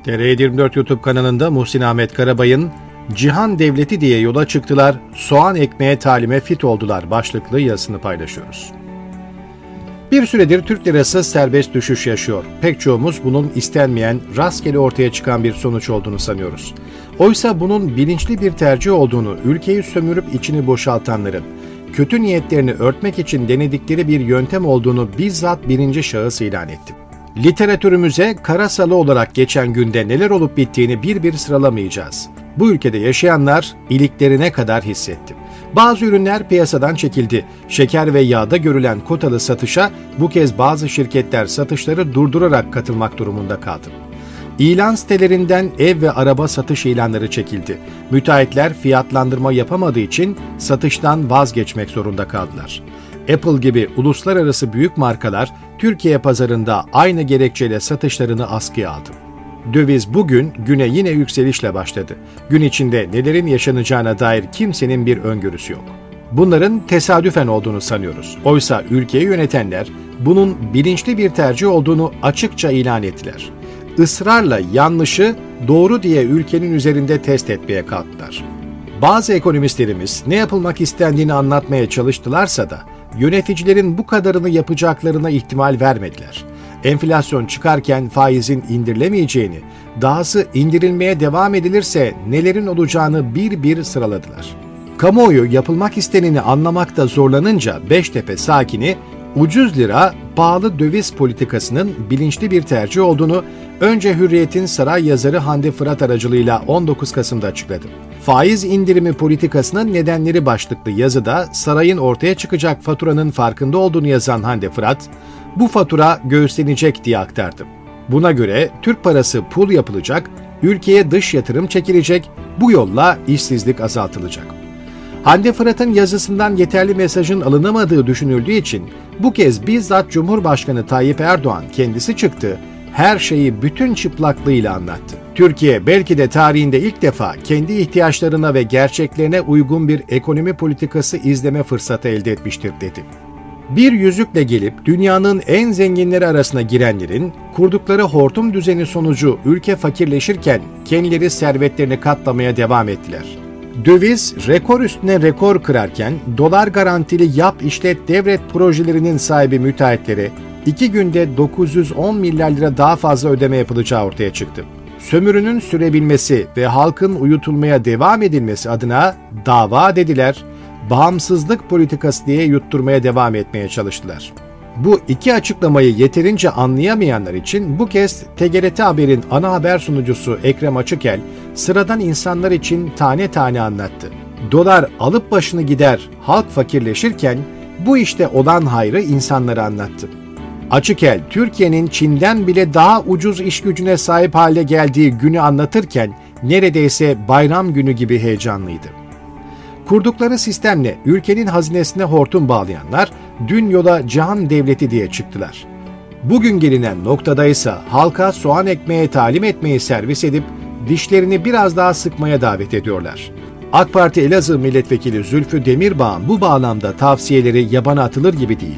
TR24 YouTube kanalında Muhsin Ahmet Karabay'ın "Cihan Devleti diye yola çıktılar, soğan ekmeğe talime fit oldular" başlıklı yazısını paylaşıyoruz. Bir süredir Türk lirası serbest düşüş yaşıyor. Pek çoğumuz bunun istenmeyen, rastgele ortaya çıkan bir sonuç olduğunu sanıyoruz. Oysa bunun bilinçli bir tercih olduğunu, ülkeyi sömürüp içini boşaltanların, kötü niyetlerini örtmek için denedikleri bir yöntem olduğunu bizzat birinci şahıs ilan ettim. Literatürümüze kara salı olarak geçen günde neler olup bittiğini bir bir sıralamayacağız. Bu ülkede yaşayanlar iliklerine kadar hissettim. Bazı ürünler piyasadan çekildi. Şeker ve yağda görülen kotalı satışa bu kez bazı şirketler satışları durdurarak katılmak durumunda kaldı. İlan sitelerinden ev ve araba satış ilanları çekildi. Müteahhitler fiyatlandırma yapamadığı için satıştan vazgeçmek zorunda kaldılar. Apple gibi uluslararası büyük markalar Türkiye pazarında aynı gerekçeyle satışlarını askıya aldı. Döviz bugün güne yine yükselişle başladı. Gün içinde nelerin yaşanacağına dair kimsenin bir öngörüsü yok. Bunların tesadüfen olduğunu sanıyoruz. Oysa ülkeyi yönetenler bunun bilinçli bir tercih olduğunu açıkça ilan ettiler. Israrla yanlışı doğru diye ülkenin üzerinde test etmeye kalktılar. Bazı ekonomistlerimiz ne yapılmak istendiğini anlatmaya çalıştılarsa da yöneticilerin bu kadarını yapacaklarına ihtimal vermediler. Enflasyon çıkarken faizin indirilemeyeceğini, dahası indirilmeye devam edilirse nelerin olacağını bir bir sıraladılar. Kamuoyu yapılmak isteneni anlamakta zorlanınca Beştepe sakini ucuz lira, pahalı döviz politikasının bilinçli bir tercih olduğunu önce Hürriyet'in saray yazarı Hande Fırat aracılığıyla 19 Kasım'da açıkladı. Faiz indirimi politikasının nedenleri başlıklı yazıda sarayın ortaya çıkacak faturanın farkında olduğunu yazan Hande Fırat, bu fatura göğüslenecek diye aktardı. Buna göre Türk parası pul yapılacak, ülkeye dış yatırım çekilecek, bu yolla işsizlik azaltılacak. Hande Fırat'ın yazısından yeterli mesajın alınamadığı düşünüldüğü için bu kez bizzat Cumhurbaşkanı Tayyip Erdoğan kendisi çıktı, her şeyi bütün çıplaklığıyla anlattı. Türkiye belki de tarihinde ilk defa kendi ihtiyaçlarına ve gerçeklerine uygun bir ekonomi politikası izleme fırsatı elde etmiştir dedi. Bir yüzükle gelip dünyanın en zenginleri arasına girenlerin kurdukları hortum düzeni sonucu ülke fakirleşirken kendileri servetlerini katlamaya devam ettiler. Döviz rekor üstüne rekor kırarken dolar garantili yap işlet devret projelerinin sahibi müteahhitlere 2 günde 910 milyar lira daha fazla ödeme yapılacağı ortaya çıktı. Sömürünün sürebilmesi ve halkın uyutulmaya devam edilmesi adına dava dediler, bağımsızlık politikası diye yutturmaya devam etmeye çalıştılar. Bu iki açıklamayı yeterince anlayamayanlar için bu kez TGRT Haber'in ana haber sunucusu Ekrem Açıkel sıradan insanlar için tane tane anlattı. Dolar alıp başını gider, halk fakirleşirken bu işte olan hayrı insanlara anlattı. Açıkel, Türkiye'nin Çin'den bile daha ucuz iş gücüne sahip hale geldiği günü anlatırken neredeyse bayram günü gibi heyecanlıydı. Kurdukları sistemle ülkenin hazinesine hortum bağlayanlar dün yola cihan devleti diye çıktılar. Bugün gelinen noktada ise halka soğan ekmeğe talim etmeyi servis edip dişlerini biraz daha sıkmaya davet ediyorlar. AK Parti Elazığ Milletvekili Zülfü Demirbağ'ın bu bağlamda tavsiyeleri yabana atılır gibi değil.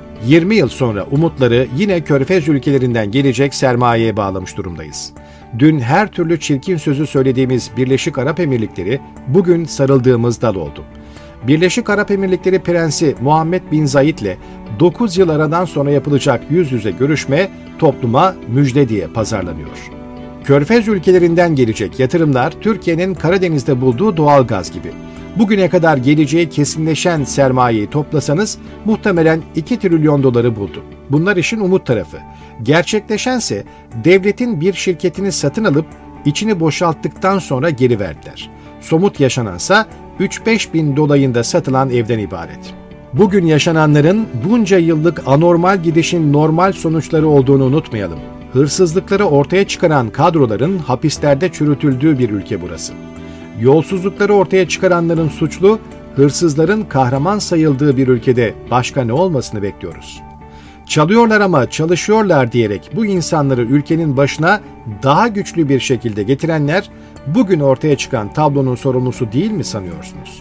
20 yıl sonra umutları yine Körfez ülkelerinden gelecek sermayeye bağlamış durumdayız. Dün her türlü çirkin sözü söylediğimiz Birleşik Arap Emirlikleri bugün sarıldığımız dal oldu. Birleşik Arap Emirlikleri Prensi Muhammed Bin Zayed'le 9 yıl aradan sonra yapılacak yüz yüze görüşme topluma müjde diye pazarlanıyor. Körfez ülkelerinden gelecek yatırımlar Türkiye'nin Karadeniz'de bulduğu doğal gaz gibi. Bugüne kadar geleceği kesinleşen sermayeyi toplasanız muhtemelen 2 trilyon doları buldu. Bunlar işin umut tarafı. Gerçekleşense devletin bir şirketini satın alıp içini boşalttıktan sonra geri verdiler. Somut yaşanansa 3-5 bin dolayında satılan evden ibaret. Bugün yaşananların bunca yıllık anormal gidişin normal sonuçları olduğunu unutmayalım. Hırsızlıkları ortaya çıkaran kadroların hapislerde çürütüldüğü bir ülke burası. Yolsuzlukları ortaya çıkaranların suçlu, hırsızların kahraman sayıldığı bir ülkede başka ne olmasını bekliyoruz? Çalıyorlar ama çalışıyorlar diyerek bu insanları ülkenin başına daha güçlü bir şekilde getirenler bugün ortaya çıkan tablonun sorumlusu değil mi sanıyorsunuz?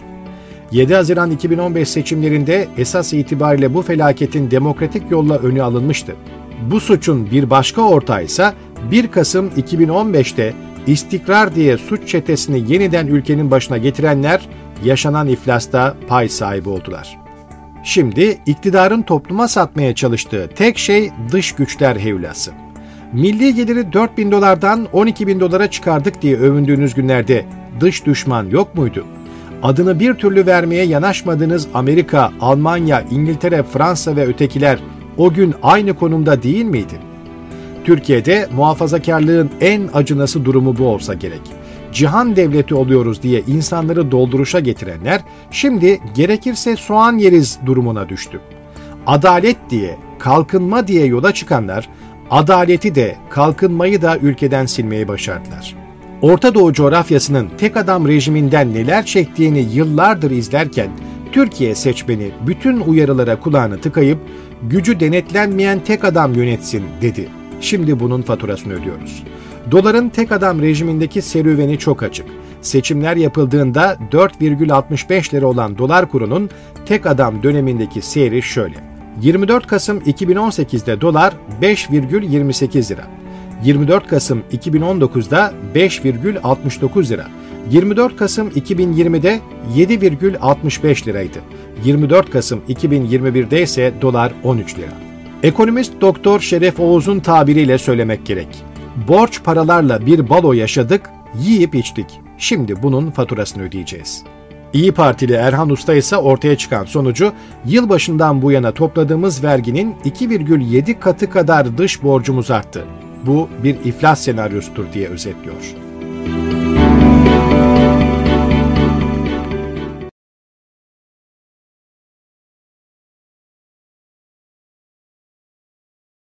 7 Haziran 2015 seçimlerinde esas itibariyle bu felaketin demokratik yolla önü alınmıştı. Bu suçun bir başka ortağı ise 1 Kasım 2015'te istikrar diye suç çetesini yeniden ülkenin başına getirenler yaşanan iflasta pay sahibi oldular. Şimdi iktidarın topluma satmaya çalıştığı tek şey dış güçler hevlası. Milli geliri $4.000'dan $12.000 çıkardık diye övündüğünüz günlerde dış düşman yok muydu? Adını bir türlü vermeye yanaşmadığınız Amerika, Almanya, İngiltere, Fransa ve ötekiler o gün aynı konumda değil miydi? Türkiye'de muhafazakarlığın en acınası durumu bu olsa gerek. Cihan devleti oluyoruz diye insanları dolduruşa getirenler şimdi gerekirse soğan yeriz durumuna düştü. Adalet diye, kalkınma diye yola çıkanlar adaleti de kalkınmayı da ülkeden silmeyi başardılar. Orta Doğu coğrafyasının tek adam rejiminden neler çektiğini yıllardır izlerken Türkiye seçmeni bütün uyarılara kulağını tıkayıp gücü denetlenmeyen tek adam yönetsin dedi. Şimdi bunun faturasını ödüyoruz. Doların tek adam rejimindeki serüveni çok açık. Seçimler yapıldığında 4,65 lira olan dolar kurunun tek adam dönemindeki seyri şöyle. 24 Kasım 2018'de dolar 5,28 lira. 24 Kasım 2019'da 5,69 lira. 24 Kasım 2020'de 7,65 liraydı. 24 Kasım 2021'de ise dolar 13 lira. Ekonomist Doktor Şeref Oğuz'un tabiriyle söylemek gerek. Borç paralarla bir balo yaşadık, yiyip içtik. Şimdi bunun faturasını ödeyeceğiz. İyi Partili Erhan Usta ise ortaya çıkan sonucu yılbaşından bu yana topladığımız verginin 2,7 katı kadar dış borcumuz arttı. Bu bir iflas senaryosudur diye özetliyor.